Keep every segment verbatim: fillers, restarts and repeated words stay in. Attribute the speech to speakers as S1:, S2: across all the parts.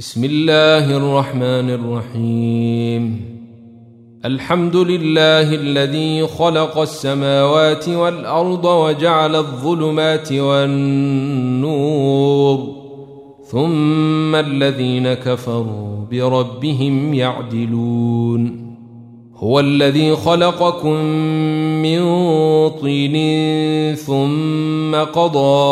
S1: بسم الله الرحمن الرحيم. الحمد لله الذي خلق السماوات والأرض وجعل الظلمات والنور ثم الذين كفروا بربهم يعدلون. هو الذي خلقكم من طين ثم قضى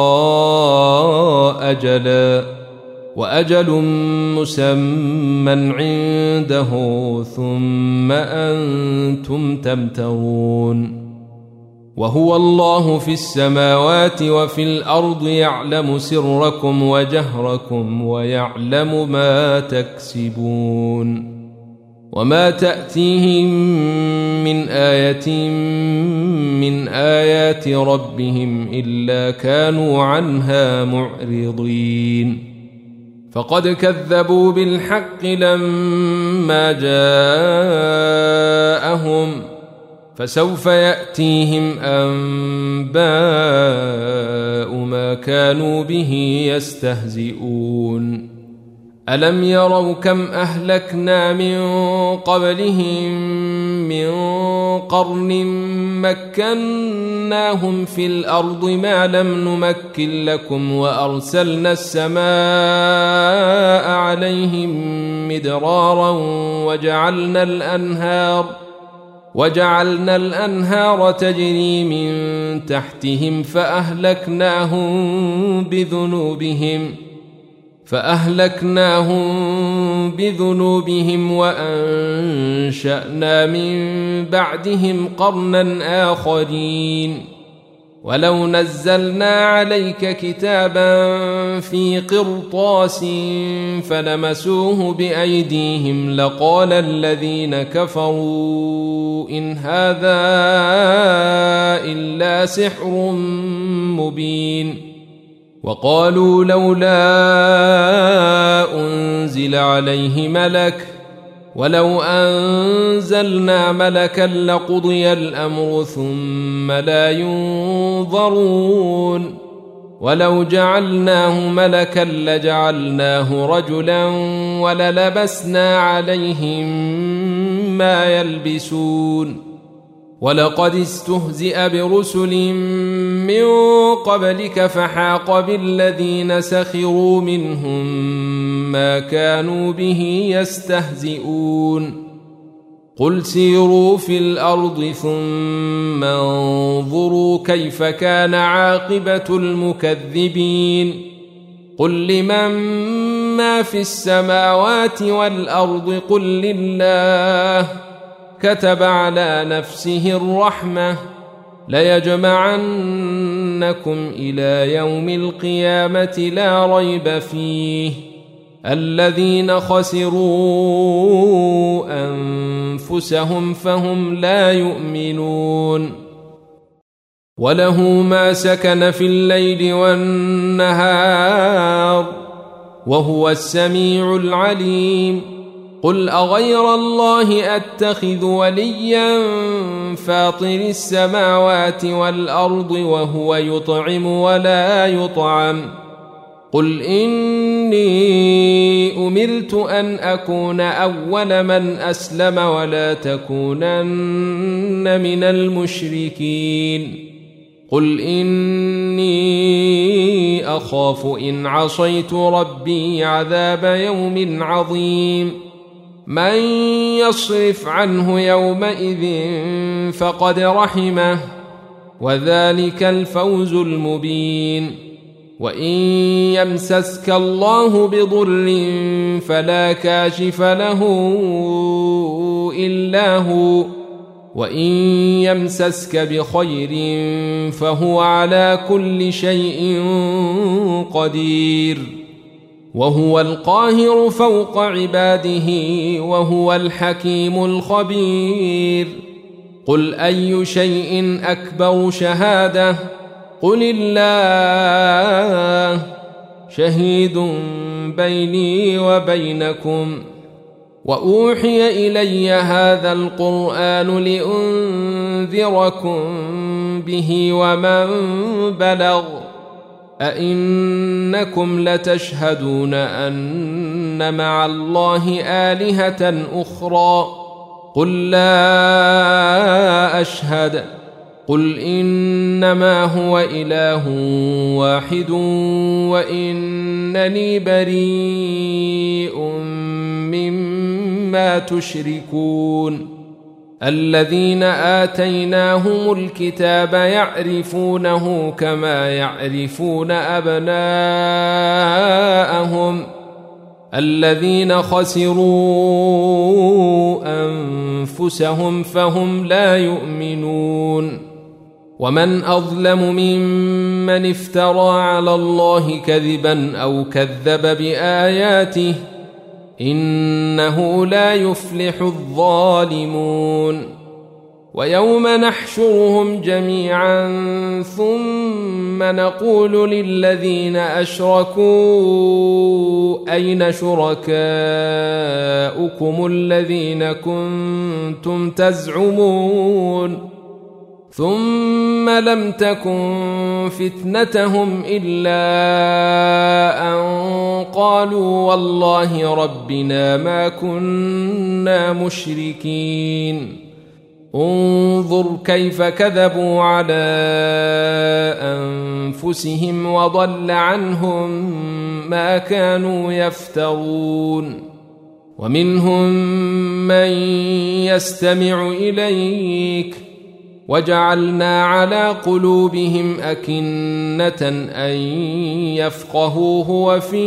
S1: أجلا وأجل مسمى عنده ثم أنتم تمترون. وهو الله في السماوات وفي الأرض يعلم سركم وجهركم ويعلم ما تكسبون. وما تأتيهم من آية من آيات ربهم إلا كانوا عنها معرضين. فقد كذبوا بالحق لما جاءهم فسوف يأتيهم أنباء ما كانوا به يستهزئون. ألم يروا كم أهلكنا من قبلهم من قرن مكناهم في الأرض ما لم نمكن لكم وأرسلنا السماء عليهم مدرارا وجعلنا الأنهار وجعلنا الأنهار تجري من تحتهم فأهلكناهم بذنوبهم فأهلكناهم بذنوبهم وأنشأنا من بعدهم قرنا آخرين. ولو نزلنا عليك كتابا في قرطاس فلمسوه بأيديهم لقال الذين كفروا إن هذا إلا سحر مبين. وقالوا لولا أنزل عليه ملك ولو أنزلنا ملكا لقضي الأمر ثم لا ينظرون. ولو جعلناه ملكا لجعلناه رجلا وللبسنا عليهم ما يلبسون. ولقد استهزئ برسل من قبلك فحاق بالذين سخروا منهم ما كانوا به يستهزئون. قل سيروا في الأرض ثم انظروا كيف كان عاقبة المكذبين. قل لمن ما في السماوات والأرض قل لله كتب على نفسه الرحمة ليجمعنكم إلى يوم القيامة لا ريب فيه الذين خسروا أنفسهم فهم لا يؤمنون. وله ما سكن في الليل والنهار وهو السميع العليم. قل أغير الله أتخذ وليا فاطر السماوات والأرض وهو يطعم ولا يطعم. قل إني أمرت أن أكون أول من أسلم ولا تكونن من المشركين. قل إني أخاف إن عصيت ربي عذاب يوم عظيم. من يصرف عنه يومئذ فقد رحمه وذلك الفوز المبين. وإن يمسسك الله بضر فلا كاشف له إلا هو وإن يمسسك بخير فهو على كل شيء قدير. وهو القاهر فوق عباده وهو الحكيم الخبير. قل أي شيء أكبر شهادة قل الله شهيد بيني وبينكم. وأوحي إلي هذا القرآن لأنذركم به ومن بلغ أئنكم لتشهدون أن لينصرن مع الله آلهة أخرى قل لا أشهد قل إنما هو إله واحد وإنني بريء مما تشركون الذين آتيناهم الكتاب يعرفونه كما يعرفون أبناءهم الذين خسروا أنفسهم فهم لا يؤمنون ومن أظلم ممن افترى على الله كذبا أو كذب بآياته إنه لا يفلح الظالمون ويوم نحشرهم جميعا ثم نقول للذين أشركوا أين شركاؤكم الذين كنتم تزعمون ثم لم تكن فتنتهم إلا أن قالوا والله ربنا ما كنا مشركين انظر كيف كذبوا على أنفسهم وضل عنهم ما كانوا يفترون ومنهم من يستمع إليك وجعلنا على قلوبهم أكنة أن يفقهوه وفي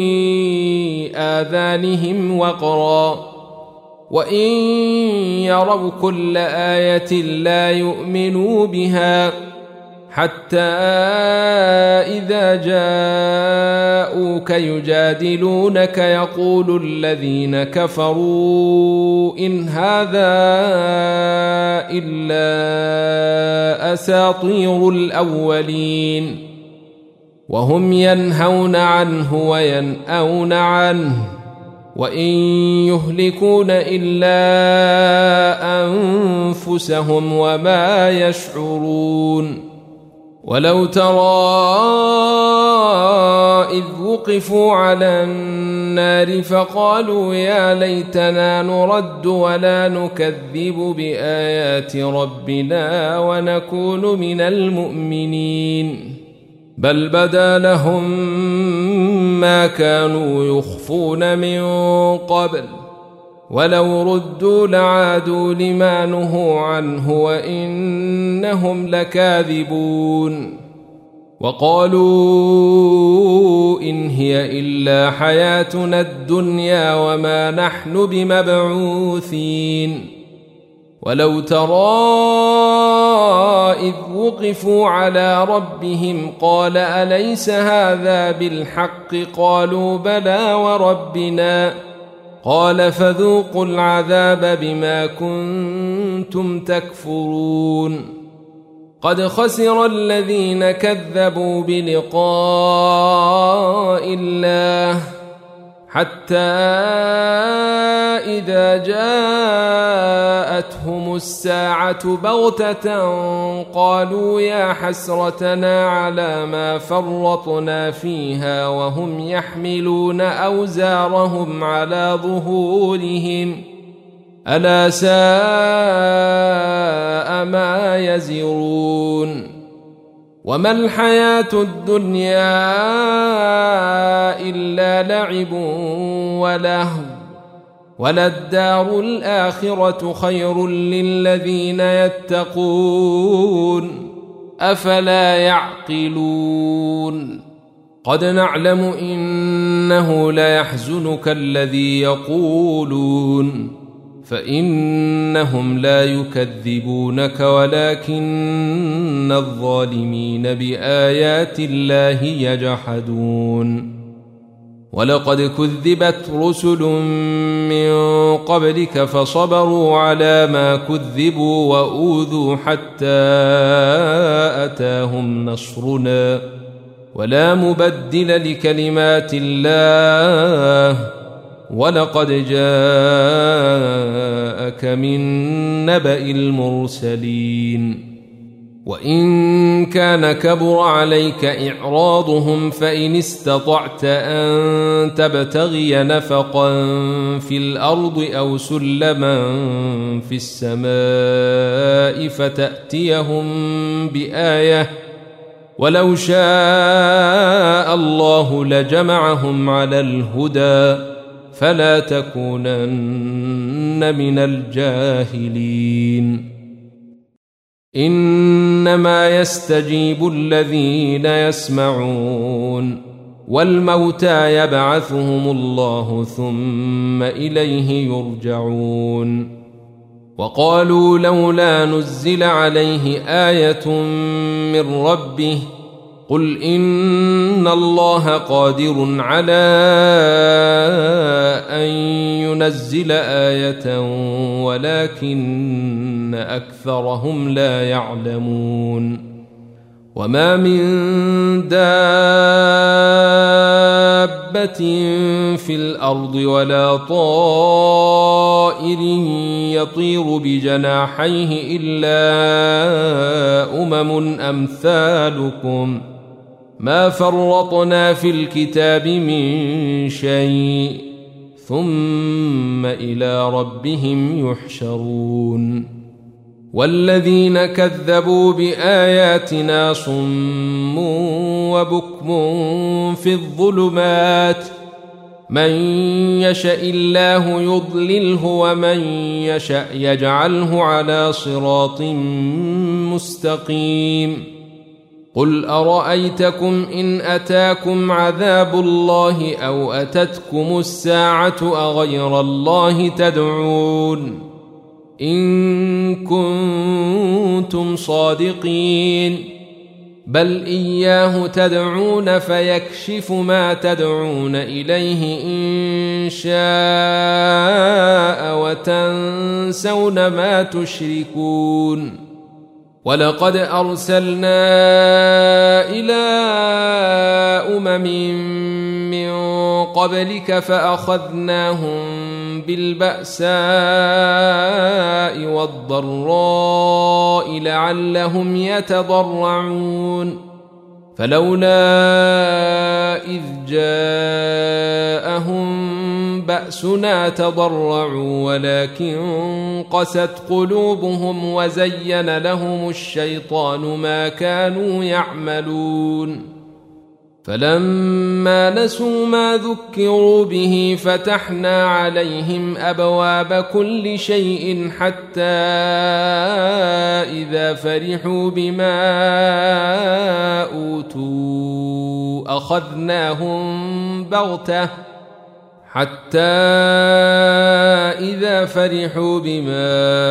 S1: آذانهم وقرا وإن يروا كل آية لا يؤمنوا بها حتى إذا جاءوك يجادلونك يقول الذين كفروا إن هذا إلا أساطير الأولين وهم ينهون عنه وينأون عنه وإن يهلكون إلا أنفسهم وما يشعرون ولو ترى إذ وقفوا على النار فقالوا يا ليتنا نرد ولا نكذب بآيات ربنا ونكون من المؤمنين بل بدا لهم ما كانوا يخفون من قبل ولو ردوا لعادوا لما نهوا عنه وإنهم لكاذبون وقالوا إن هي إلا حياتنا الدنيا وما نحن بمبعوثين ولو ترى إذ وقفوا على ربهم قال أليس هذا بالحق قالوا بلى وربنا قال فذوقوا العذاب بما كنتم تكفرون قد خسر الذين كذبوا بلقاء الله حتى إذا جاءتهم الساعة بغتة قالوا يا حسرتنا على ما فرطنا فيها وهم يحملون أوزارهم على ظهورهم ألا ساء ما يزرون وما الحياة الدنيا إلا لعب ولهو وللدار الآخرة خير للذين يتقون أفلا يعقلون قد نعلم إنه ليحزنك الذي يقولون فإنهم لا يكذبونك ولكن الظالمين بآيات الله يجحدون ولقد كذبت رسل من قبلك فصبروا على ما كذبوا وأوذوا حتى أتاهم نصرنا ولا مبدل لكلمات الله ولقد جاءك من نبأ المرسلين وإن كان كبر عليك إعراضهم فإن استطعت أن تبتغي نفقا في الأرض أو سلما في السماء فتأتيهم بآية ولو شاء الله لجمعهم على الهدى فلا تكونن من الجاهلين إنما يستجيب الذين يسمعون والموتى يبعثهم الله ثم إليه يرجعون وقالوا لولا نزل عليه آية من ربه قل إن الله قادر على أن ينزل آية ولكن أكثرهم لا يعلمون وما من دابة في الأرض ولا طائر يطير بجناحيه إلا أمم أمثالكم ما فرطنا في الكتاب من شيء ثم إلى ربهم يحشرون والذين كذبوا بآياتنا صم وبكم في الظلمات من يشاء الله يضلله ومن يشاء يجعله على صراط مستقيم قل أرأيتكم إن أتاكم عذاب الله أو أتتكم الساعة أغير الله تدعون إن كنتم صادقين بل إياه تدعون فيكشف ما تدعون إليه إن شاء وتنسون ما تشركون ولقد أرسلنا إلى أمم من قبلك فأخذناهم بالبأساء والضراء لعلهم يتضرعون فلولا إذ جاءهم بأسنا تضرعوا ولكن قست قلوبهم وزين لهم الشيطان ما كانوا يعملون فلما نسوا ما ذكروا به فتحنا عليهم أبواب كل شيء حتى إذا فرحوا بما أوتوا أخذناهم بغتة حتى إذا فرحوا بما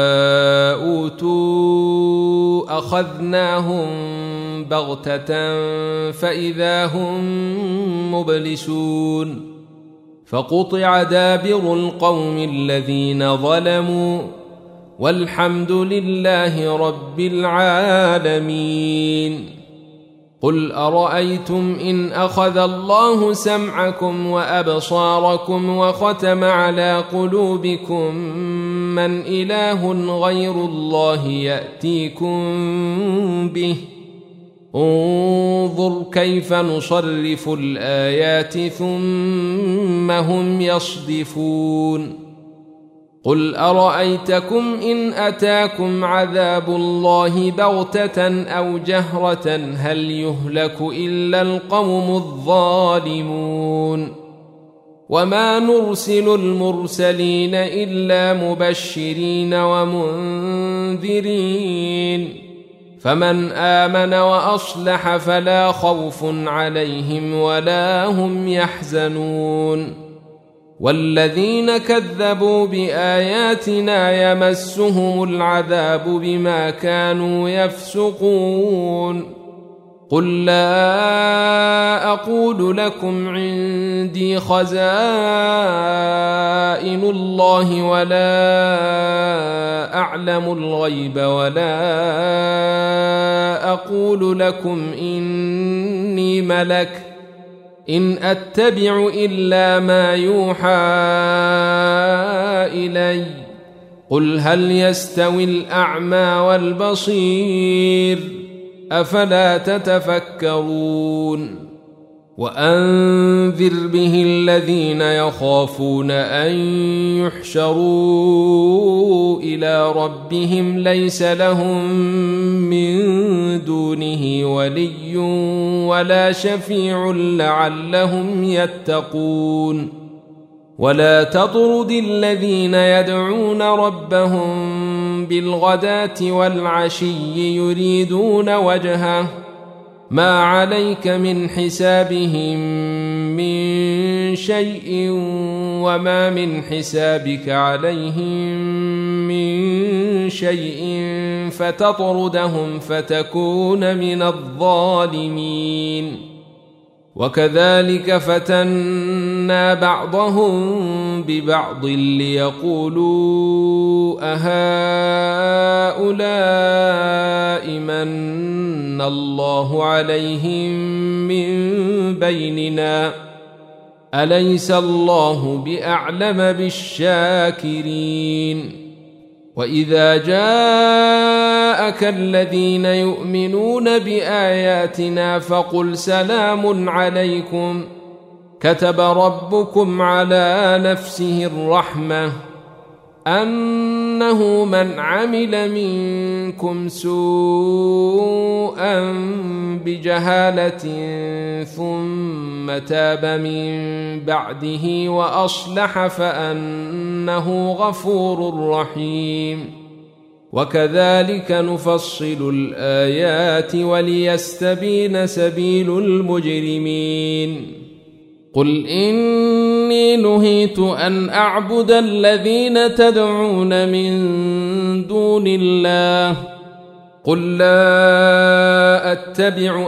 S1: أوتوا أخذناهم بغتة فإذا هم مبلسون فقطع دابر القوم الذين ظلموا والحمد لله رب العالمين قل أرأيتم إن أخذ الله سمعكم وأبصاركم وختم على قلوبكم من إله غير الله يأتيكم به انظر كيف نصرف الآيات ثم هم يصدفون قل أرأيتكم إن أتاكم عذاب الله بغتة أو جهرة هل يهلك إلا القوم الظالمون وما نرسل المرسلين إلا مبشرين ومنذرين فمن آمن وأصلح فلا خوف عليهم ولا هم يحزنون والذين كذبوا بآياتنا يمسهم العذاب بما كانوا يفسقون قل لا أقول لكم عندي خزائن الله ولا أعلم الغيب ولا أقول لكم إني ملك إن أتبع إلا ما يوحى إلي قل هل يستوي الأعمى والبصير أفلا تتفكرون وأنذر به الذين يخافون أن يحشروا إلى ربهم ليس لهم من دونه ولي ولا شفيع لعلهم يتقون ولا تطرد الذين يدعون ربهم بالغداة والعشي يريدون وجهه ما عليك من حسابهم من شيء وما من حسابك عليهم من شيء فتطردهم فتكون من الظالمين وكذلك فتنا بعضهم ببعض ليقولوا أهؤلاء من الله عليهم من بيننا أليس الله بأعلم بالشاكرين وإذا جاءك الذين يؤمنون بآياتنا فقل سلام عليكم كتب ربكم على نفسه الرحمة أنه من عمل منكم سوءا بجهالة ثم تاب من بعده وأصلح فأنه غفور رحيم وكذلك نفصل الآيات وليستبين سبيل المجرمين قل إني نهيت أن أعبد الذين تدعون من دون الله قل لا أتبع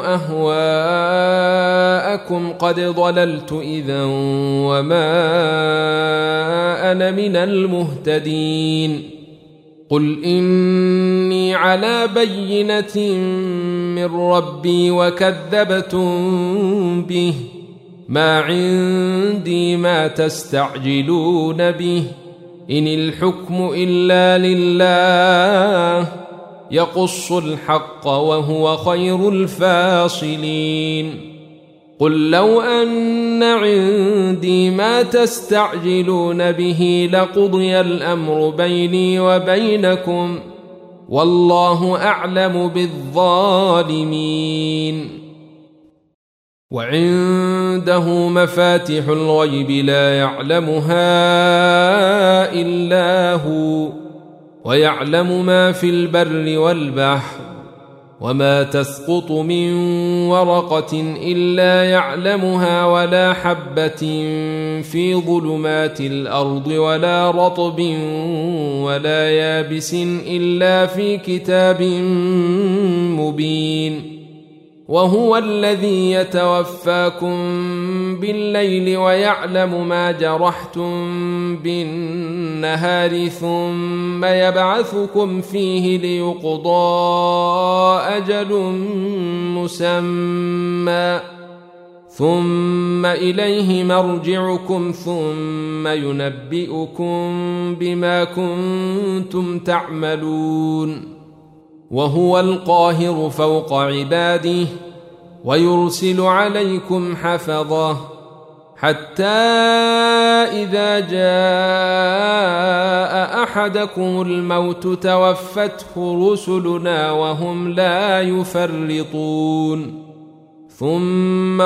S1: أهواءكم قد ضللت إذا وما أنا من المهتدين قل إني على بينة من ربي وكذبتم به ما عندي ما تستعجلون به إن الحكم إلا لله يقص الحق وهو خير الفاصلين قل لو أن عندي ما تستعجلون به لقضي الأمر بيني وبينكم والله أعلم بالظالمين وعنده مفاتح الغيب لا يعلمها إلا هو ويعلم ما في البر والبحر وما تسقط من ورقة إلا يعلمها ولا حبة في ظلمات الأرض ولا رطب ولا يابس إلا في كتاب مبين وهو الذي يتوفاكم بالليل ويعلم ما جرحتم بالنهار ثم يبعثكم فيه ليقضى أجل مسمى ثم إليه مرجعكم ثم ينبئكم بما كنتم تعملون وهو القاهر فوق عباده ويرسل عليكم حفظه حتى إذا جاء أحدكم الموت توفته رسلنا وهم لا يفرطون ثم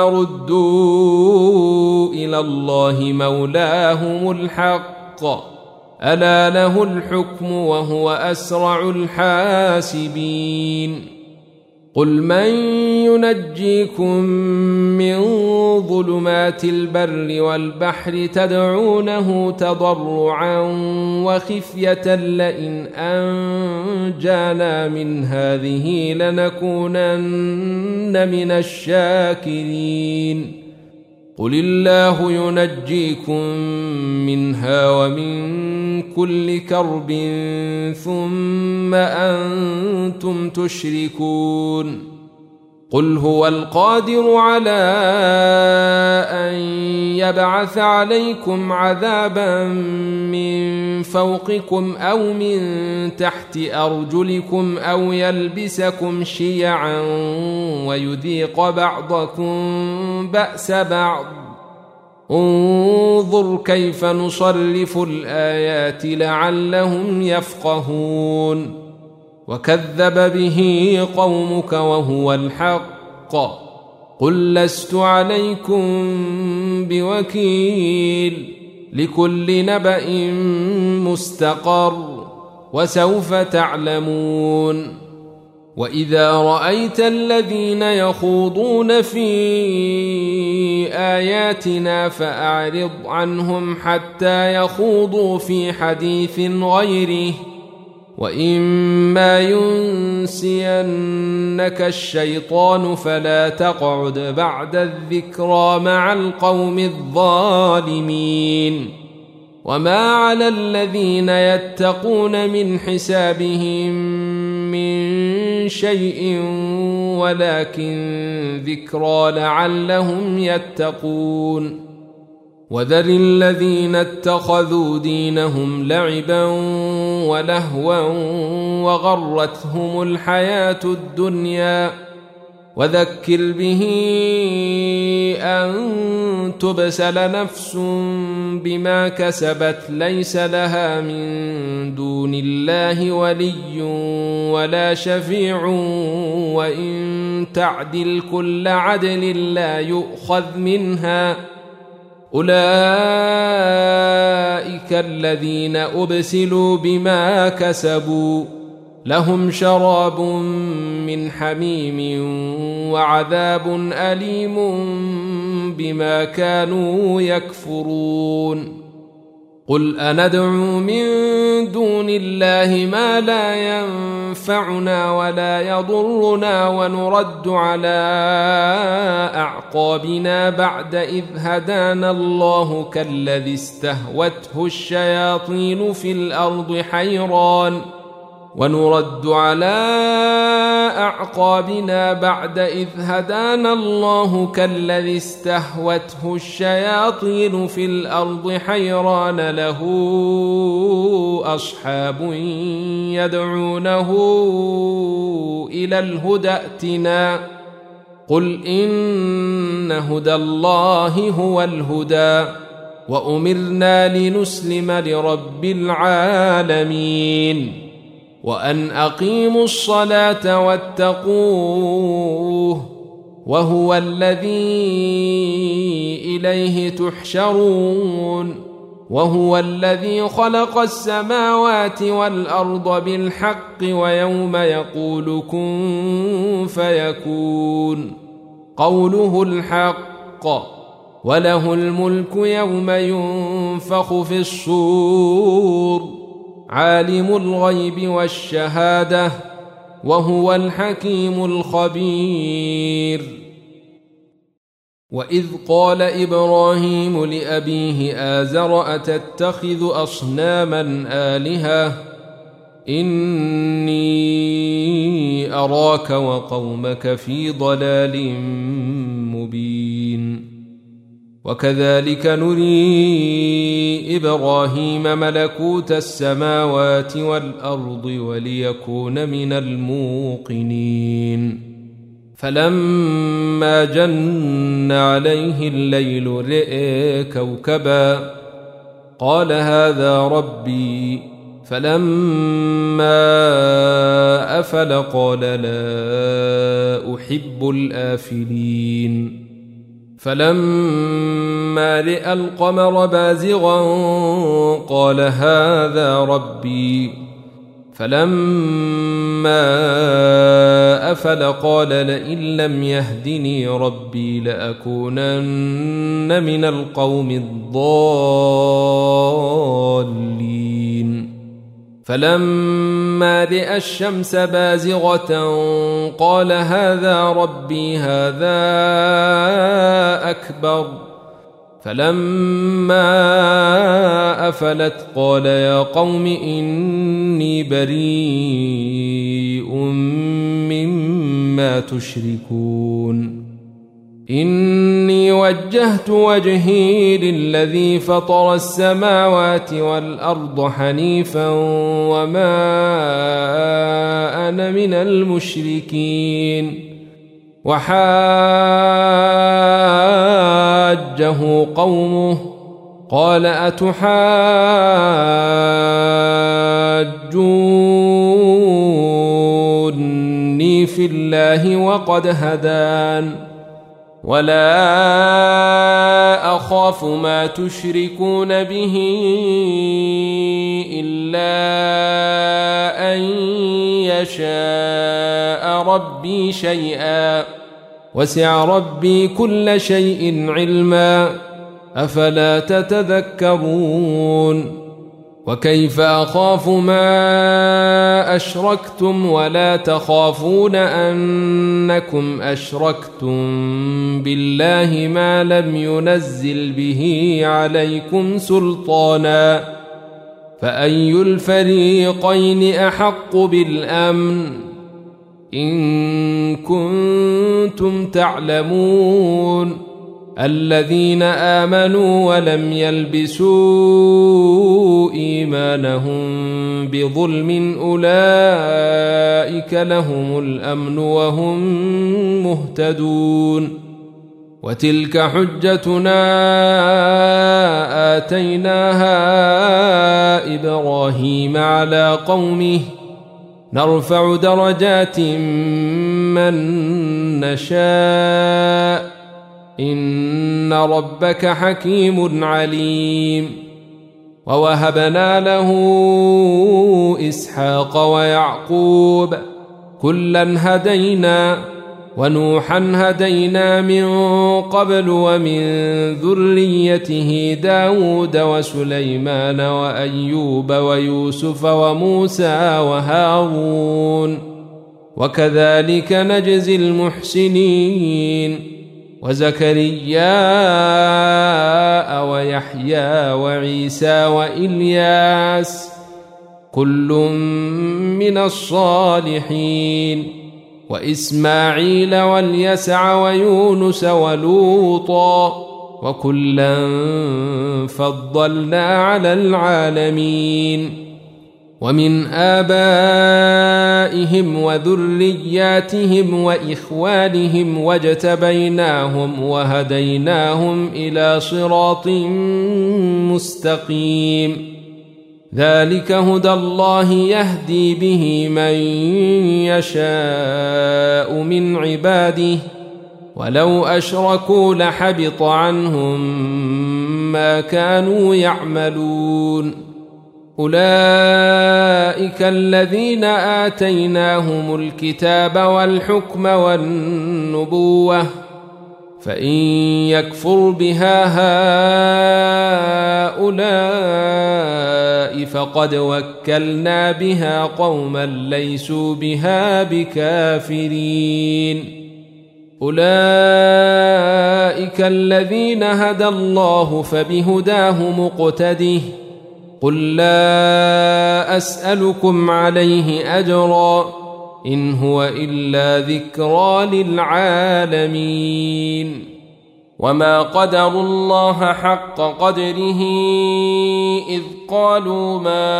S1: ردوا إلى الله مولاهم الحق ألا له الحكم وهو أسرع الحاسبين قل من ينجيكم من ظلمات البر والبحر تدعونه تضرعا وخفية لئن أنجانا من هذه لنكونن من الشاكرين قل الله ينجيكم منها ومن كل كرب ثم أنتم تشركون قل هو القادر على أن يبعث عليكم عذابا من فوقكم أو من تحت أرجلكم أو يلبسكم شيعا ويذيق بعضكم بأس بعض انظر كيف نصرف الآيات لعلهم يفقهون وكذب به قومك وهو الحق قل لست عليكم بوكيل لكل نبأ مستقر وسوف تعلمون وإذا رأيت الذين يخوضون في آياتنا فأعرض عنهم حتى يخوضوا في حديث غيره وإما ينسينك الشيطان فلا تقعد بعد الذكرى مع القوم الظالمين وما على الذين يتقون من حسابهم من شيء ولكن ذكرى لعلهم يتقون وذر الذين اتخذوا دينهم لعبا ولهوا وغرتهم الحياة الدنيا وذكر به أن تبسل نفس بما كسبت ليس لها من دون الله ولي ولا شفيع وإن تعدل كل عدل لا يؤخذ منها أولئك الذين أبسلوا بما كسبوا لهم شراب من حميم وعذاب أليم بما كانوا يكفرون قل أندعو من دون الله ما لا ينفعنا ولا يضرنا ونرد على أعقابنا بعد إذ هدانا الله كالذي استهوته الشياطين في الأرض حيران ونرد على أعقابنا بعد إذ هدانا الله كالذي استهوته الشياطين في الأرض حيران له أصحاب يدعونه إلى الهدى ائتنا قل إن هدى الله هو الهدى وأمرنا لنسلم لرب العالمين وأن أقيموا الصلاة واتقوه وهو الذي إليه تحشرون وهو الذي خلق السماوات والأرض بالحق ويوم يقول كن فيكون قوله الحق وله الملك يوم ينفخ في الصور عالم الغيب والشهادة وهو الحكيم الخبير وإذ قال إبراهيم لأبيه آزر أتتخذ أصناما آلهة إني أراك وقومك في ضلال مبين وكذلك نري إبراهيم ملكوت السماوات والأرض وليكون من الموقنين فلما جن عليه الليل رئي كوكبا قال هذا ربي فلما أفل قال لا أحب الآفلين فلما رأى القمر بازغا قال هذا ربي فلما أفل قال لئن لم يهدني ربي لأكونن من القوم الضالين فلما رأى الشمس بازغة قال هذا ربي هذا أكبر فلما أفلت قال يا قوم إني بريء مما تشركون إني وجهت وجهي للذي فطر السماوات والأرض حنيفا وما أنا من المشركين وحاجه قومه قال أتحاجوني في الله وقد هدان ولا أخاف ما تشركون به إلا أن يشاء ربي شيئا وسع ربي كل شيء علما أفلا تتذكرون وكيف أخاف ما أشركتم ولا تخافون أنكم أشركتم بالله ما لم ينزل به عليكم سلطانا فأي الفريقين أحق بالأمن إن كنتم تعلمون الذين آمنوا ولم يلبسوا إيمانهم بظلم أولئك لهم الأمن وهم مهتدون وتلك حجتنا آتيناها إبراهيم على قومه نرفع درجات من نشاء إن ربك حكيم عليم ووهبنا له إسحاق ويعقوب كلا هدينا ونوحا هدينا من قبل ومن ذريته داود وسليمان وأيوب ويوسف وموسى وهارون وكذلك نجزي المحسنين وزكريا ويحيى وعيسى وإلياس كل من الصالحين وإسماعيل واليسع ويونس ولوطا وكلا فضلنا على العالمين ومن آبائهم وذرياتهم وإخوانهم واجتبيناهم وهديناهم إلى صراط مستقيم ذلك هدى الله يهدي به من يشاء من عباده ولو أشركوا لحبط عنهم ما كانوا يعملون أولئك الذين آتيناهم الكتاب والحكم والنبوة فإن يكفر بها هؤلاء فقد وكلنا بها قوما ليسوا بها بكافرين أولئك الذين هدى الله فبهداه مقتده قل لا أسألكم عليه أجرا إن هو إلا ذكرى للعالمين وما قدروا الله حق قدره إذ قالوا ما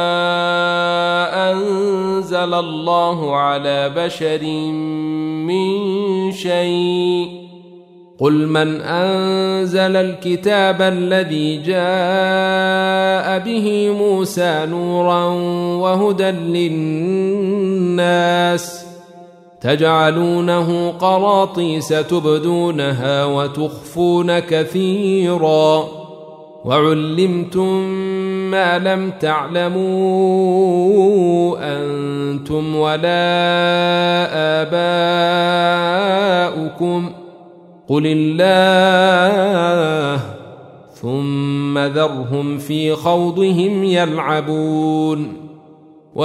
S1: أنزل الله على بشر من شيء قل من أنزل الكتاب الذي جاء به موسى نورا وهدى للناس تجعلونه قراطيس تبدونها وتخفون كثيرا وعلمتم ما لم تعلموا أنتم ولا آباؤكم قل الله ثم ذرهم في خوضهم يلعبون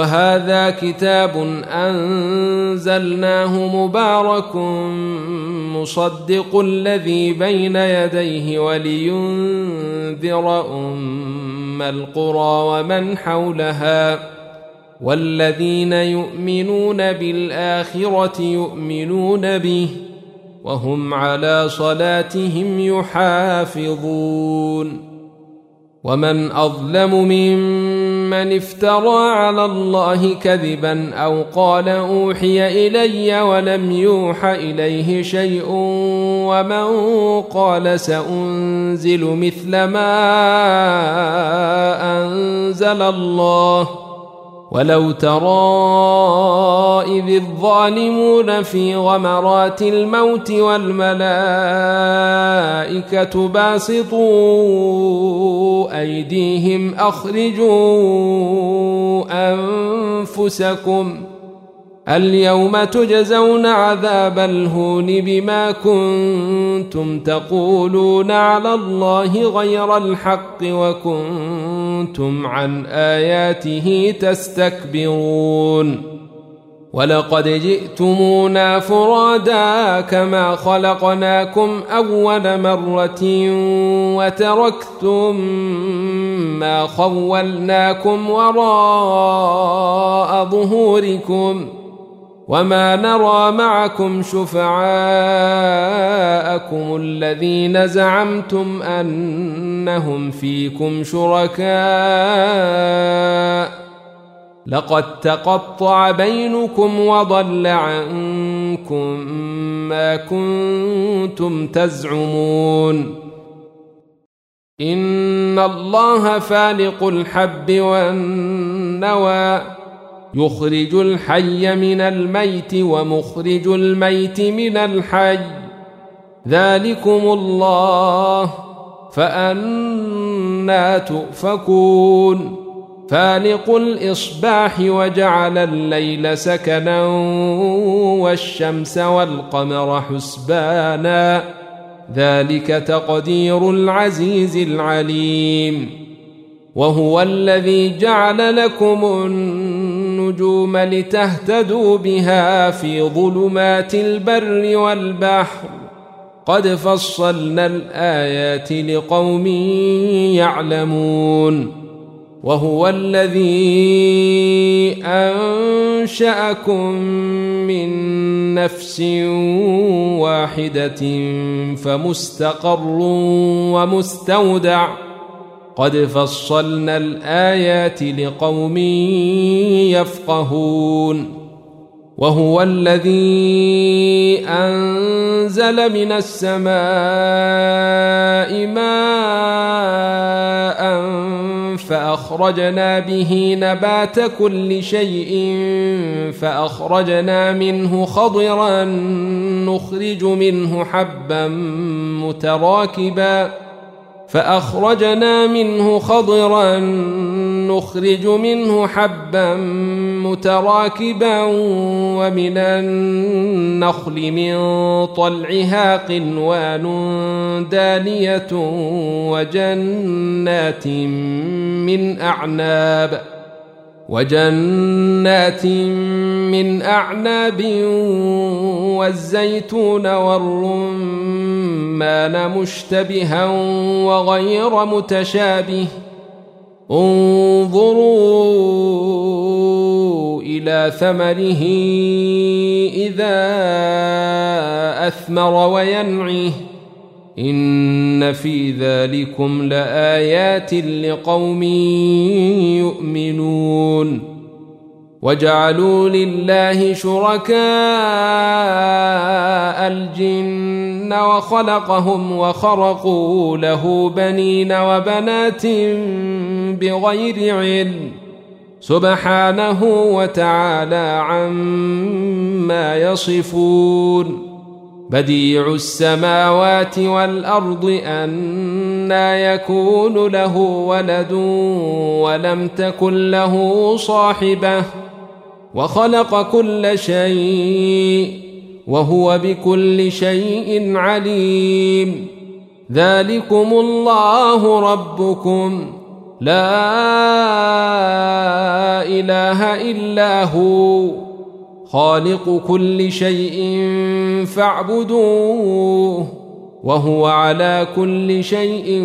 S1: وهذا كتاب أنزلناه مبارك مصدق الذي بين يديه ولينذر أم القرى ومن حولها والذين يؤمنون بالآخرة يؤمنون به وهم على صلاتهم يحافظون ومن أظلم ممن افترى على الله كذبا أو قال أوحي إلي ولم يوح إليه شيء ومن قال سأنزل مثل ما أنزل الله ولو ترى إذ الظالمون في غمرات الموت والملائكة باسطوا أيديهم أخرجوا أنفسكم اليوم تجزون عذاب الهون بما كنتم تقولون على الله غير الحق وكنتم عن آياته تستكبرون ولقد جئتمونا فرادا كما خلقناكم أول مرة وتركتم ما خولناكم وراء ظهوركم وما نرى معكم شفعاءكم الذين زعمتم أنهم فيكم شركاء لقد تقطع بينكم وضل عنكم ما كنتم تزعمون إن الله فالق الحب والنوى يخرج الحي من الميت ومخرج الميت من الحي ذلكم الله فأنى تؤفكون فالق الإصباح وجعل الليل سكنا والشمس والقمر حسبانا ذلك تقدير العزيز العليم وهو الذي جعل لكم النجوم لتهتدوا بها في ظلمات البر والبحر قد فصلنا الآيات لقوم يعلمون وهو الذي أنشأكم من نفس واحدة فمستقر ومستودع قد فصلنا الآيات لقوم يفقهون وهو الذي أنزل من السماء ماء فأخرجنا به نبات كل شيء فأخرجنا منه خضرا نخرج منه حبا متراكبا فأخرجنا منه خضرا نخرج منه حبا متراكبا ومن النخل من طلعها قنوان دانية وجنات من أعناب وجنات من أعناب والزيتون والرمان مشتبها وغير متشابه انظروا إلى ثمره إذا أثمر وينعه إن في ذلكم لآيات لقوم يؤمنون وجعلوا لله شركاء الجن وخلقهم وخرقوا له بنين وبنات بغير علم سبحانه وتعالى عما يصفون بديع السماوات والأرض أنى يكون له ولد ولم تكن له صاحبة وخلق كل شيء وهو بكل شيء عليم ذلكم الله ربكم لا إله إلا هو خالق كل شيء فاعبدوه وهو على كل شيء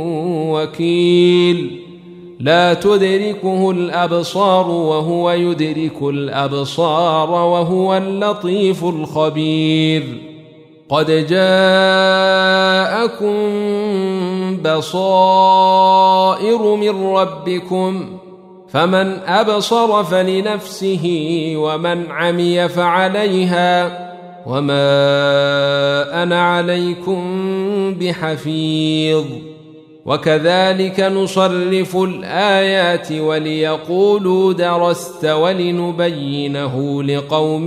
S1: وكيل لا تدركه الأبصار وهو يدرك الأبصار وهو اللطيف الخبير قد جاءكم بصائر من ربكم فمن أبصر فلنفسه ومن عمي فعليها وما أنا عليكم بحفيظ وكذلك نصرف الآيات وليقولوا درست ولنبينه لقوم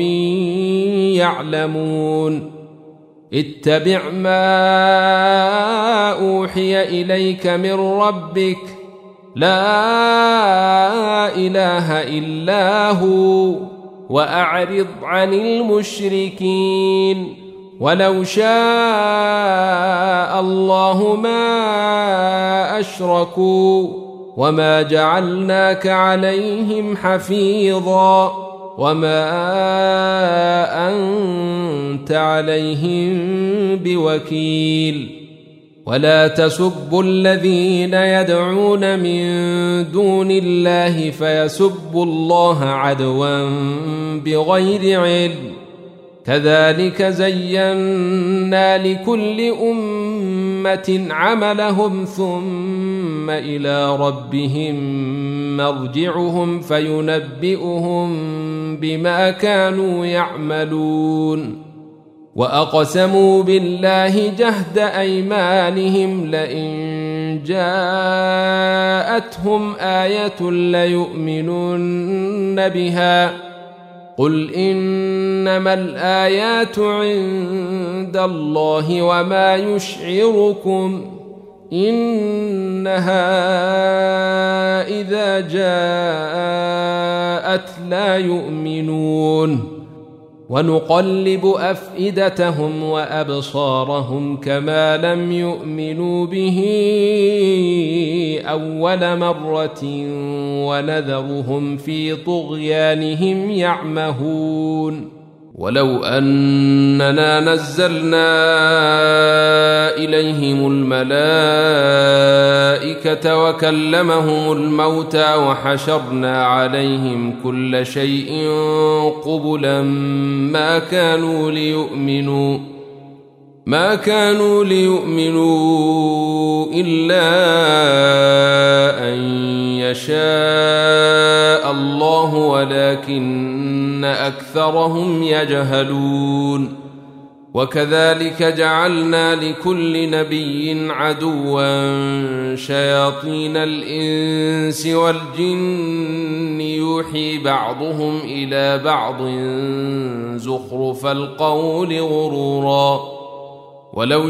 S1: يعلمون اتبع ما أوحي إليك من ربك لا إله إلا هو وأعرض عن المشركين ولو شاء الله ما أشركوا وما جعلناك عليهم حفيظا وما أنت عليهم بوكيل ولا تسبوا الذين يدعون من دون الله فيسبوا الله عدوا بغير علم كذلك زينا لكل أمة عملهم ثم إلى ربهم مرجعهم فينبئهم بما كانوا يعملون وأقسموا بالله جهد أيمانهم لئن جاءتهم آية ليؤمنن بها قل إنما الآيات عند الله وما يشعركم إنها إذا جاءت لا يؤمنون ونقلب أفئدتهم وأبصارهم كما لم يؤمنوا به أول مرة ونذرهم في طغيانهم يعمهون ولو أننا نزلنا إليهم الملائكة وكلمهم الموتى وحشرنا عليهم كل شيء قبلا ما كانوا ليؤمنوا ما كانوا ليؤمنوا إلا أن يشاء الله ولكن أكثرهم يجهلون وكذلك جعلنا لكل نبي عدوا شياطين الإنس والجن يوحي بعضهم إلى بعض زخرف القول غرورا ولو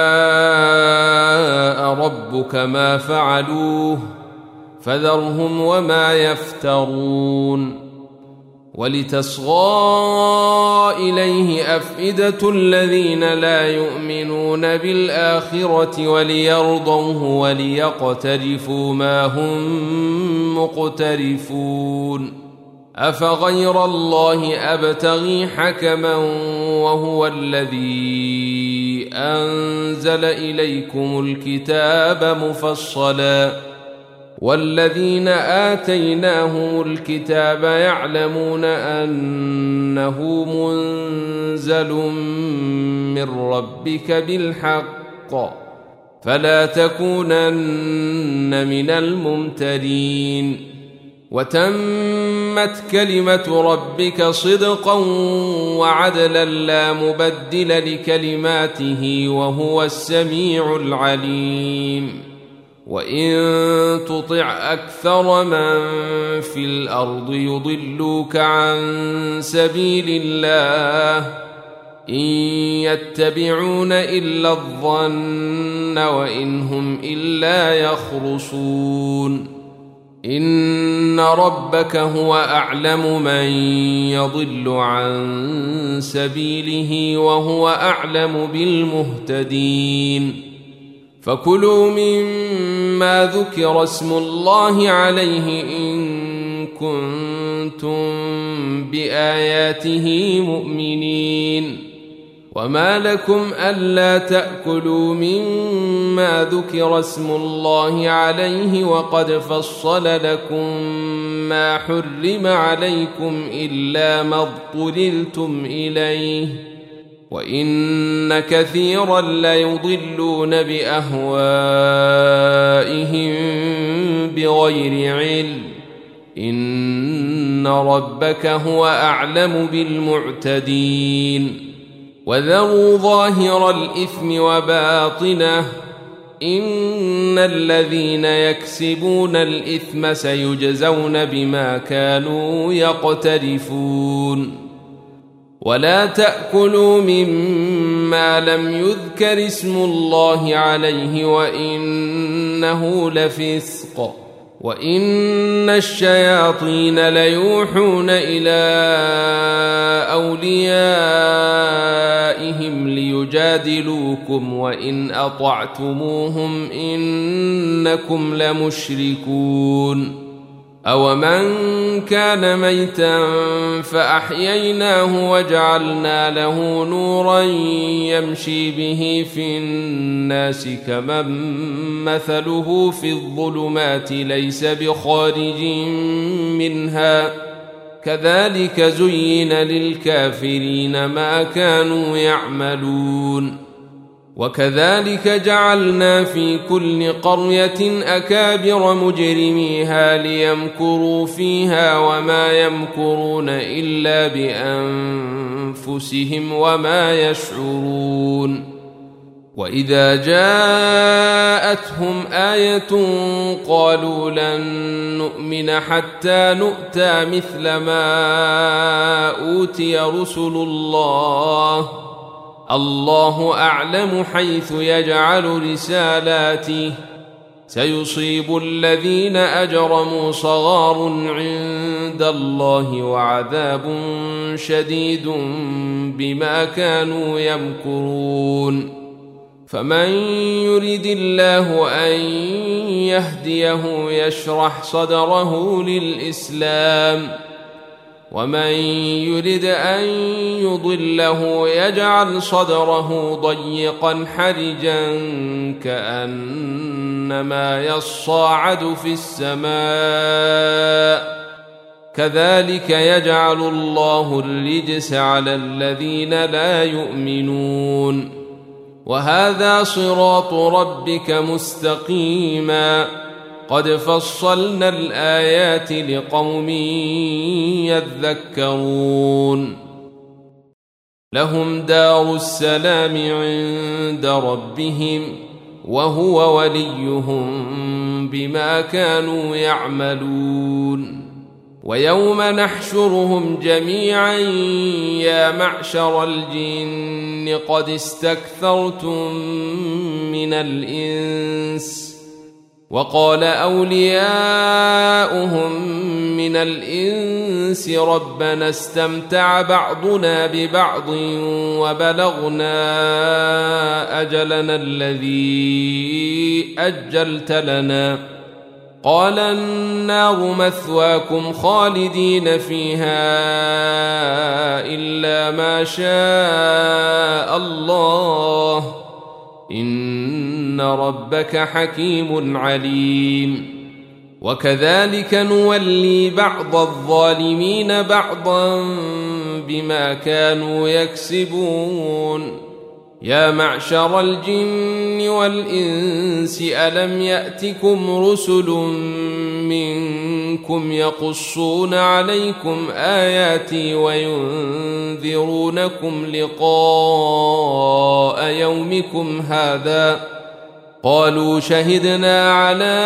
S1: شاء ربك ما فعلوه فذرهم وما يفترون ولتصغى إليه أفئدة الذين لا يؤمنون بالآخرة وليرضوه وليقترفوا ما هم مقترفون أفغير الله أبتغي حكما وهو الذي أنزل إليكم الكتاب مفصلا والذين آتيناهم الكتاب يعلمون أنه منزل من ربك بالحق فلا تكونن من الممترين وتمت كلمة ربك صدقا وعدلا لا مبدل لكلماته وهو السميع العليم وإن تطع أكثر من في الأرض يضلوك عن سبيل الله إن يتبعون إلا الظن وإن هم إلا يخرصون إن ربك هو أعلم من يضل عن سبيله وهو أعلم بالمهتدين فكلوا مما ذكر اسم الله عليه إن كنتم بآياته مؤمنين. وما لكم ألا تأكلوا مما ذكر اسم الله عليه وقد فصل لكم ما حرم عليكم إلا ما اضطررتم إليه وإن كثيرا ليضلون بأهوائهم بغير علم إن ربك هو أعلم بالمعتدين. وذروا ظاهر الإثم وباطنه إن الذين يكسبون الإثم سيجزون بما كانوا يقترفون. ولا تأكلوا مما لم يذكر اسم الله عليه وإنه لفسق وإن الشياطين ليوحون إلى أوليائهم ليجادلوكم وإن أطعتموهم إنكم لمشركون. أومن كان ميتا فأحييناه وجعلنا له نورا يمشي به في الناس كمن مثله في الظلمات ليس بخارج منها كذلك زين للكافرين ما كانوا يعملون. وكذلك جعلنا في كل قرية أكابر مجرميها ليمكروا فيها وما يمكرون إلا بأنفسهم وما يشعرون. وإذا جاءتهم آية قالوا لن نؤمن حتى نؤتى مثل ما أوتي رسل الله الله أعلم حيث يجعل رسالاته سيصيب الذين أجرموا صغار عند الله وعذاب شديد بما كانوا يمكرون. فمن يرد الله أن يهديه يشرح صدره للإسلام ومن يرد أن يضله يجعل صدره ضيقا حرجا كأنما يصاعد في السماء كذلك يجعل الله الرجس على الذين لا يؤمنون. وهذا صراط ربك مستقيما قد فصلنا الآيات لقوم يذكرون. لهم دار السلام عند ربهم وهو وليهم بما كانوا يعملون. ويوم نحشرهم جميعا يا معشر الجن قد استكثرتم من الإنس وقال أولياؤهم من الإنس ربنا استمتع بعضنا ببعض وبلغنا أجلنا الذي أجلت لنا قال النار مثواكم خالدين فيها إلا ما شاء الله إن ربك حكيم عليم. وكذلك نولي بعض الظالمين بعضا بما كانوا يكسبون. يا معشر الجن والإنس ألم يأتكم رسل منكم يقصون عليكم آياتي وينذرونكم لقاء يومكم هذا قالوا شهدنا على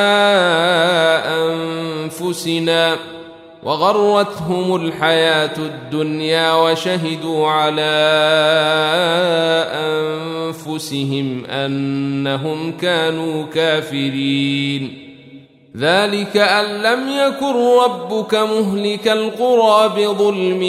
S1: أنفسنا وغرتهم الحياة الدنيا وشهدوا على أنفسهم أنهم كانوا كافرين. ذلك أن لم يكن ربك مهلك القرى بظلم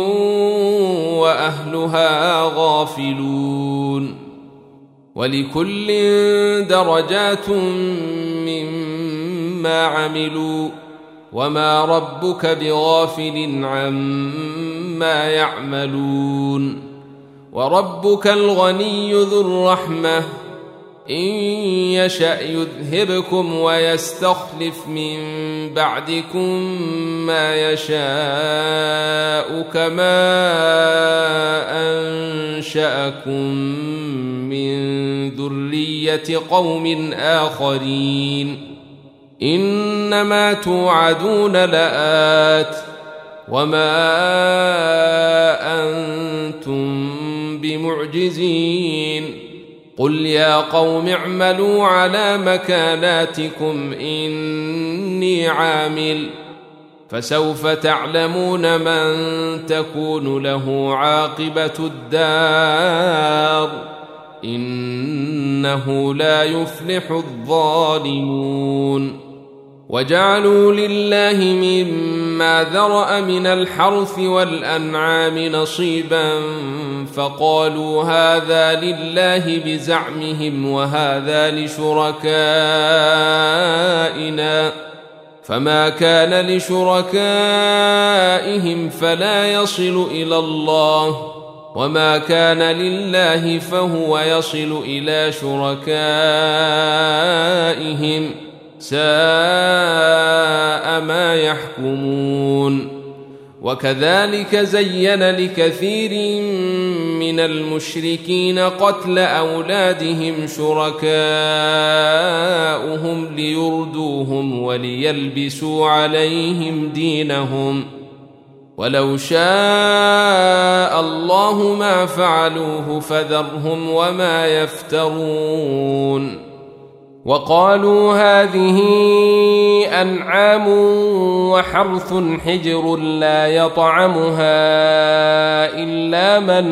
S1: وأهلها غافلون. ولكل درجات مما عملوا وما ربك بغافل عما يعملون وربك الغني ذو الرحمة إن يشأ يذهبكم ويستخلف من بعدكم ما يشاء كما أنشأكم من ذرية قوم آخرين إنما توعدون لآت وما أنتم بمعجزين قل يا قوم اعملوا على مكاناتكم إني عامل فسوف تعلمون من تكون له عاقبة الدار إنه لا يفلح الظالمون وجعلوا لله مما ذرأ من الحرث والأنعام نصيبا فقالوا هذا لله بزعمهم وهذا لشركائنا فما كان لشركائهم فلا يصل إلى الله وما كان لله فهو يصل إلى شركائهم ساء ما يحكمون وكذلك زين لكثير من المشركين قتل أولادهم شركاؤهم ليردوهم وليلبسوا عليهم دينهم ولو شاء الله ما فعلوه فذرهم وما يفترون وقالوا هذه أنعام وحرث حجر لا يطعمها إلا من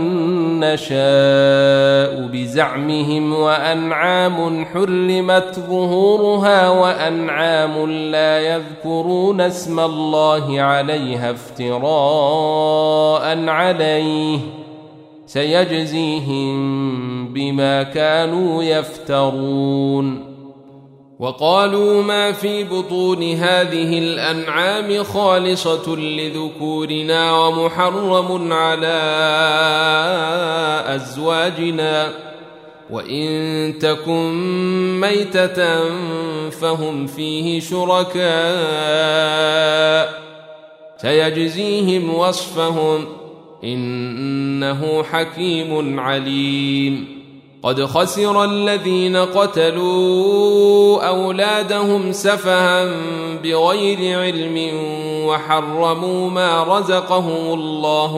S1: نشاء بزعمهم وأنعام حرمت ظهورها وأنعام لا يذكرون اسم الله عليها افتراء عليه سيجزيهم بما كانوا يفترون وقالوا ما في بطون هذه الأنعام خالصة لذكورنا ومحرم على أزواجنا وإن تكن ميتة فهم فيه شركاء سيجزيهم وصفهم إنه حكيم عليم قد خسر الذين قتلوا أولادهم سفها بغير علم وحرموا ما رزقهم الله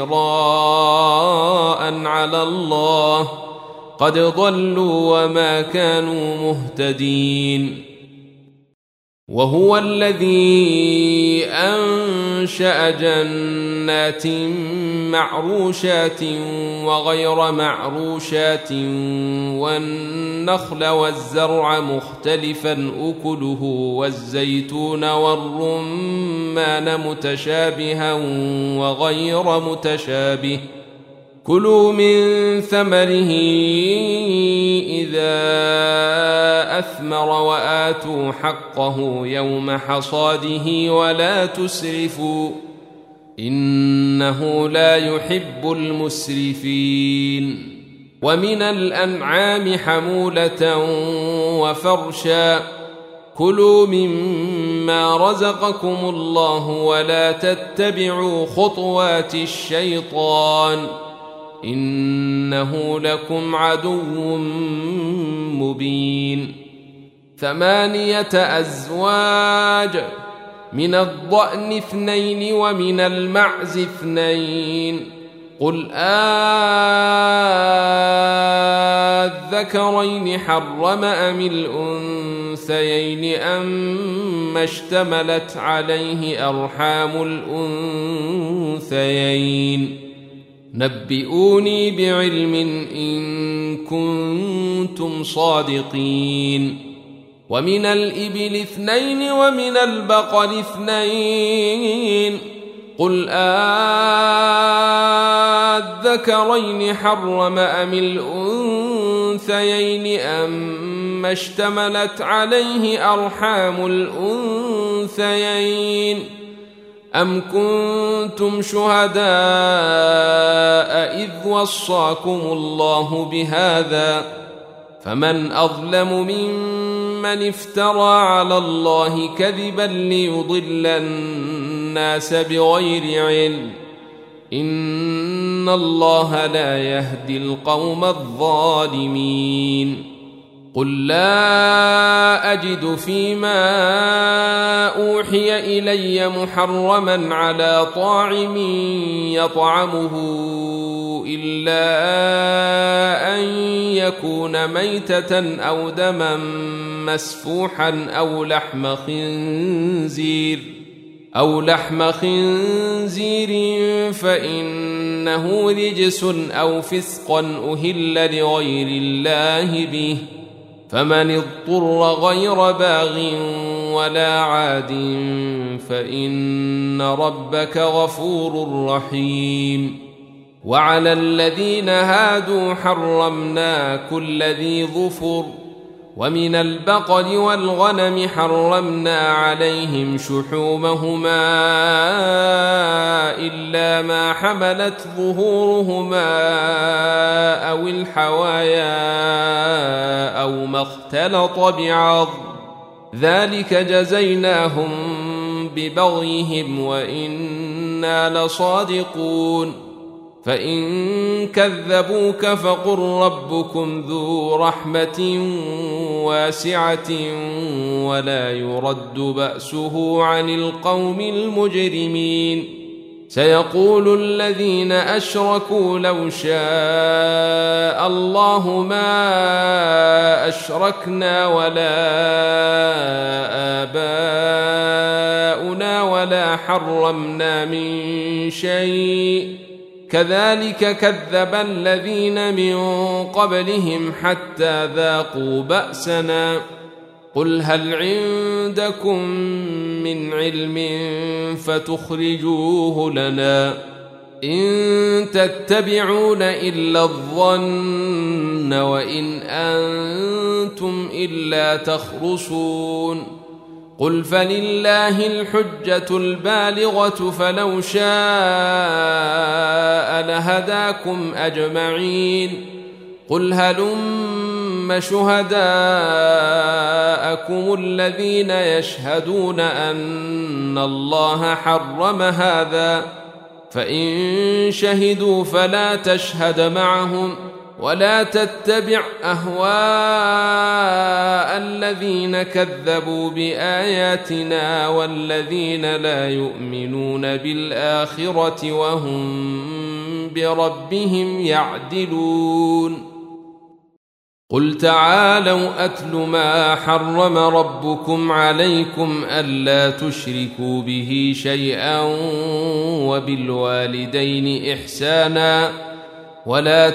S1: افتراء على الله قد ضلوا وما كانوا مهتدين وهو الذي أنشأ جنات معروشات وغير معروشات والنخل والزرع مختلفا أكله والزيتون والرمان متشابها وغير متشابه كلوا من ثمره إذا أثمر وآتوا حقه يوم حصاده ولا تسرفوا إنه لا يحب المسرفين ومن الأنعام حمولة وفرشا كلوا مما رزقكم الله ولا تتبعوا خطوات الشيطان إنه لكم عدو مبين ثمانية أزواج من الضأن اثنين ومن المعز اثنين قل آذكرين حرم أم الأنثيين أما اشتملت عليه أرحام الأنثيين نبئوني بعلم إن كنتم صادقين ومن الإبل اثنين ومن البقر اثنين قل آذكرين حرم أم الأنثيين أما اشتملت عليه أرحام الأنثيين أم كنتم شهداء إذ وصاكم الله بهذا فمن أظلم ممن افترى على الله كذبا ليضل الناس بغير علم إن الله لا يهدي القوم الظالمين قل لا أجد فيما أوحي إلي محرما على طاعم يطعمه إلا أن يكون ميتة أو دما مسفوحا أو لحم خنزير أو لحم خنزير فإنه رجس أو فسقا أهل لغير الله به فمن اضطر غير باغ ولا عاد فإن ربك غفور رحيم وعلى الذين هادوا حرمنا كل ذي ظفر ومن البقر والغنم حرمنا عليهم شحومهما إلا ما حملت ظهورهما أو الحوايا أو ما اختلط بعظم ذلك جزيناهم ببغيهم وإنا لصادقون فإن كذبوك فقل ربكم ذو رحمة واسعة ولا يرد بأسه عن القوم المجرمين سيقول الذين أشركوا لو شاء الله ما أشركنا ولا آباؤنا ولا حرمنا من شيء كذلك كذب الذين من قبلهم حتى ذاقوا بأسنا قل هل عندكم من علم فتخرجوه لنا إن تتبعون إلا الظن وإن أنتم إلا تخرصون قل فلله الحجة البالغة فلو شاء لهداكم أجمعين قل هلم شهداءكم الذين يشهدون أن الله حرم هذا فإن شهدوا فلا تشهد معهم ولا تتبع أهواء الذين كذبوا بآياتنا والذين لا يؤمنون بالآخرة وهم بربهم يعدلون قل تعالوا أتل ما حرم ربكم عليكم ألا تشركوا به شيئا وبالوالدين إحسانا ولا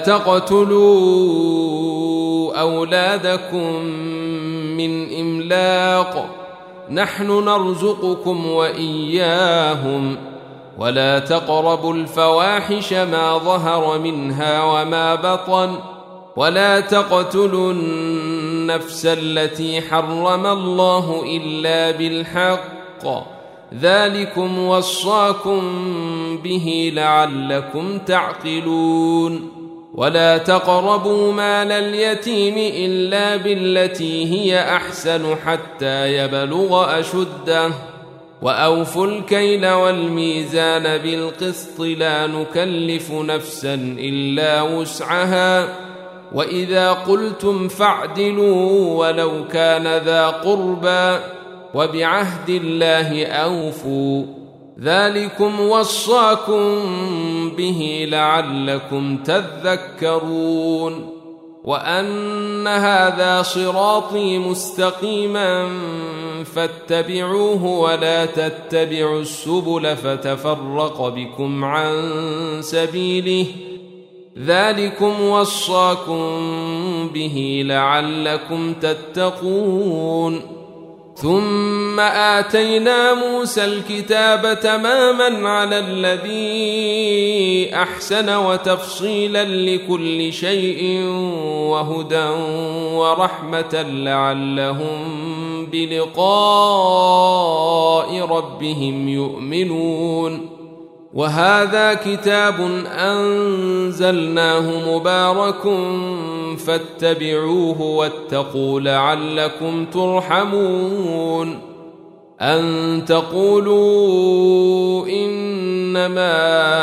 S1: تقتلوا أولادكم من إملاق نحن نرزقكم وإياهم ولا تقربوا الفواحش ما ظهر منها وما بطن ولا تقتلوا النفس التي حرم الله إلا بالحق ذلكم وصاكم به لعلكم تعقلون ولا تقربوا مال اليتيم إلا بالتي هي أحسن حتى يبلغ أشده وأوفوا الكيل والميزان بالقسط لا نكلف نفسا إلا وسعها وإذا قلتم فاعدلوا ولو كان ذا قربى وبعهد الله أوفوا ذلكم وصاكم به لعلكم تذكرون وأن هذا صراطي مستقيما فاتبعوه ولا تتبعوا السبل فتفرق بكم عن سبيله ذلكم وصاكم به لعلكم تتقون ثم آتينا موسى الكتاب تماما على الذي أحسن وتفصيلا لكل شيء وهدى ورحمة لعلهم بلقاء ربهم يؤمنون وهذا كتاب أنزلناه مبارك فاتبعوه واتقوا لعلكم ترحمون أن تقولوا إنما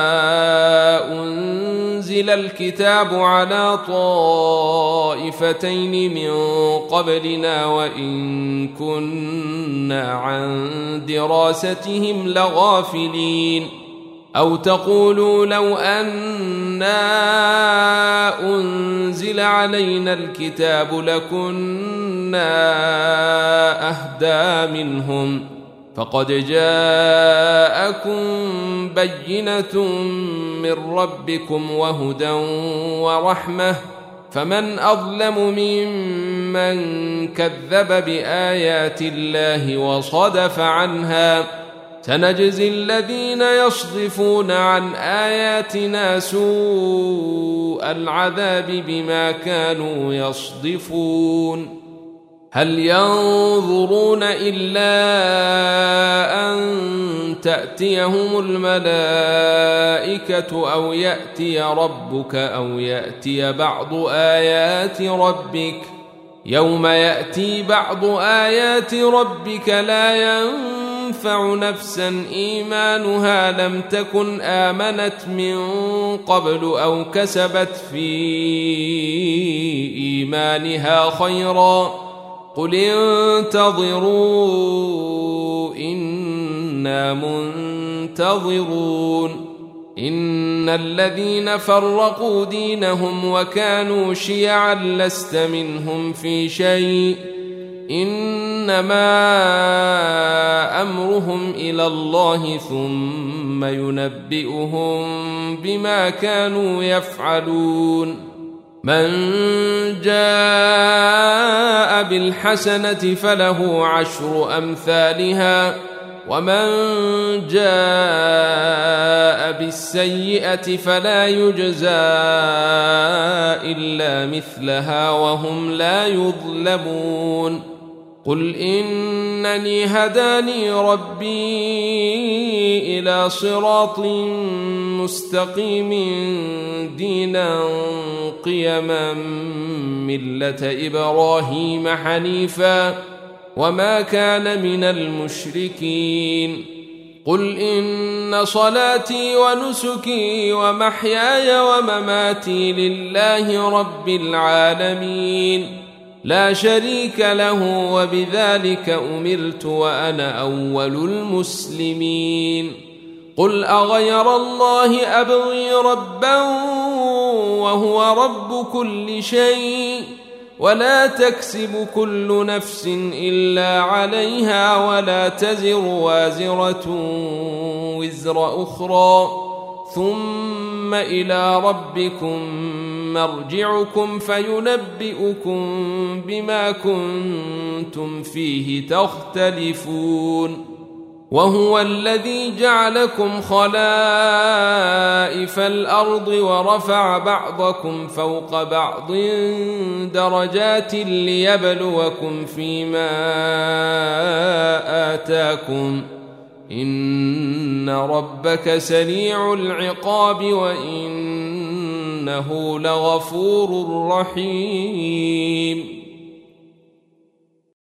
S1: أنزل الكتاب على طائفتين من قبلنا وإن كنا عن دراستهم لغافلين أو تقولوا لو أنا أنزل علينا الكتاب لكنا أهدى منهم فقد جاءكم بينة من ربكم وهدى ورحمة فمن أظلم ممن كذب بآيات الله وصدف عنها سنجزي الذين يصدفون عن آياتنا سوء العذاب بما كانوا يصدفون هل ينظرون إلا أن تأتيهم الملائكة أو يأتي ربك أو يأتي بعض آيات ربك يوم يأتي بعض آيات ربك لا ينفع نفسا إيمانها لم تكن آمنت من قبل أو كسبت في إيمانها خيرا قل انتظروا إنا منتظرون إن الذين فرقوا دينهم وكانوا شيعا لست منهم في شيء إنما أمرهم إلى الله ثم ينبئهم بما كانوا يفعلون من جاء بالحسنة فله عشر أمثالها ومن جاء بالسيئة فلا يجزى إلا مثلها وهم لا يظلمون قل إنني هداني ربي إلى صراط مستقيم دينا قيما ملة إبراهيم حنيفا وما كان من المشركين قل إن صلاتي ونسكي ومحياي ومماتي لله رب العالمين لا شريك له وبذلك أمرت وأنا أول المسلمين قل أغير الله أبغي ربا وهو رب كل شيء ولا تكسب كل نفس إلا عليها ولا تزر وازرة وزر أخرى ثم إلى ربكم مرجعكم فينبئكم بما كنتم فيه تختلفون وهو الذي جعلكم خلائف الأرض ورفع بعضكم فوق بعض درجات ليبلوكم فيما آتاكم إن ربك سريع العقاب وإنه لغفور رحيم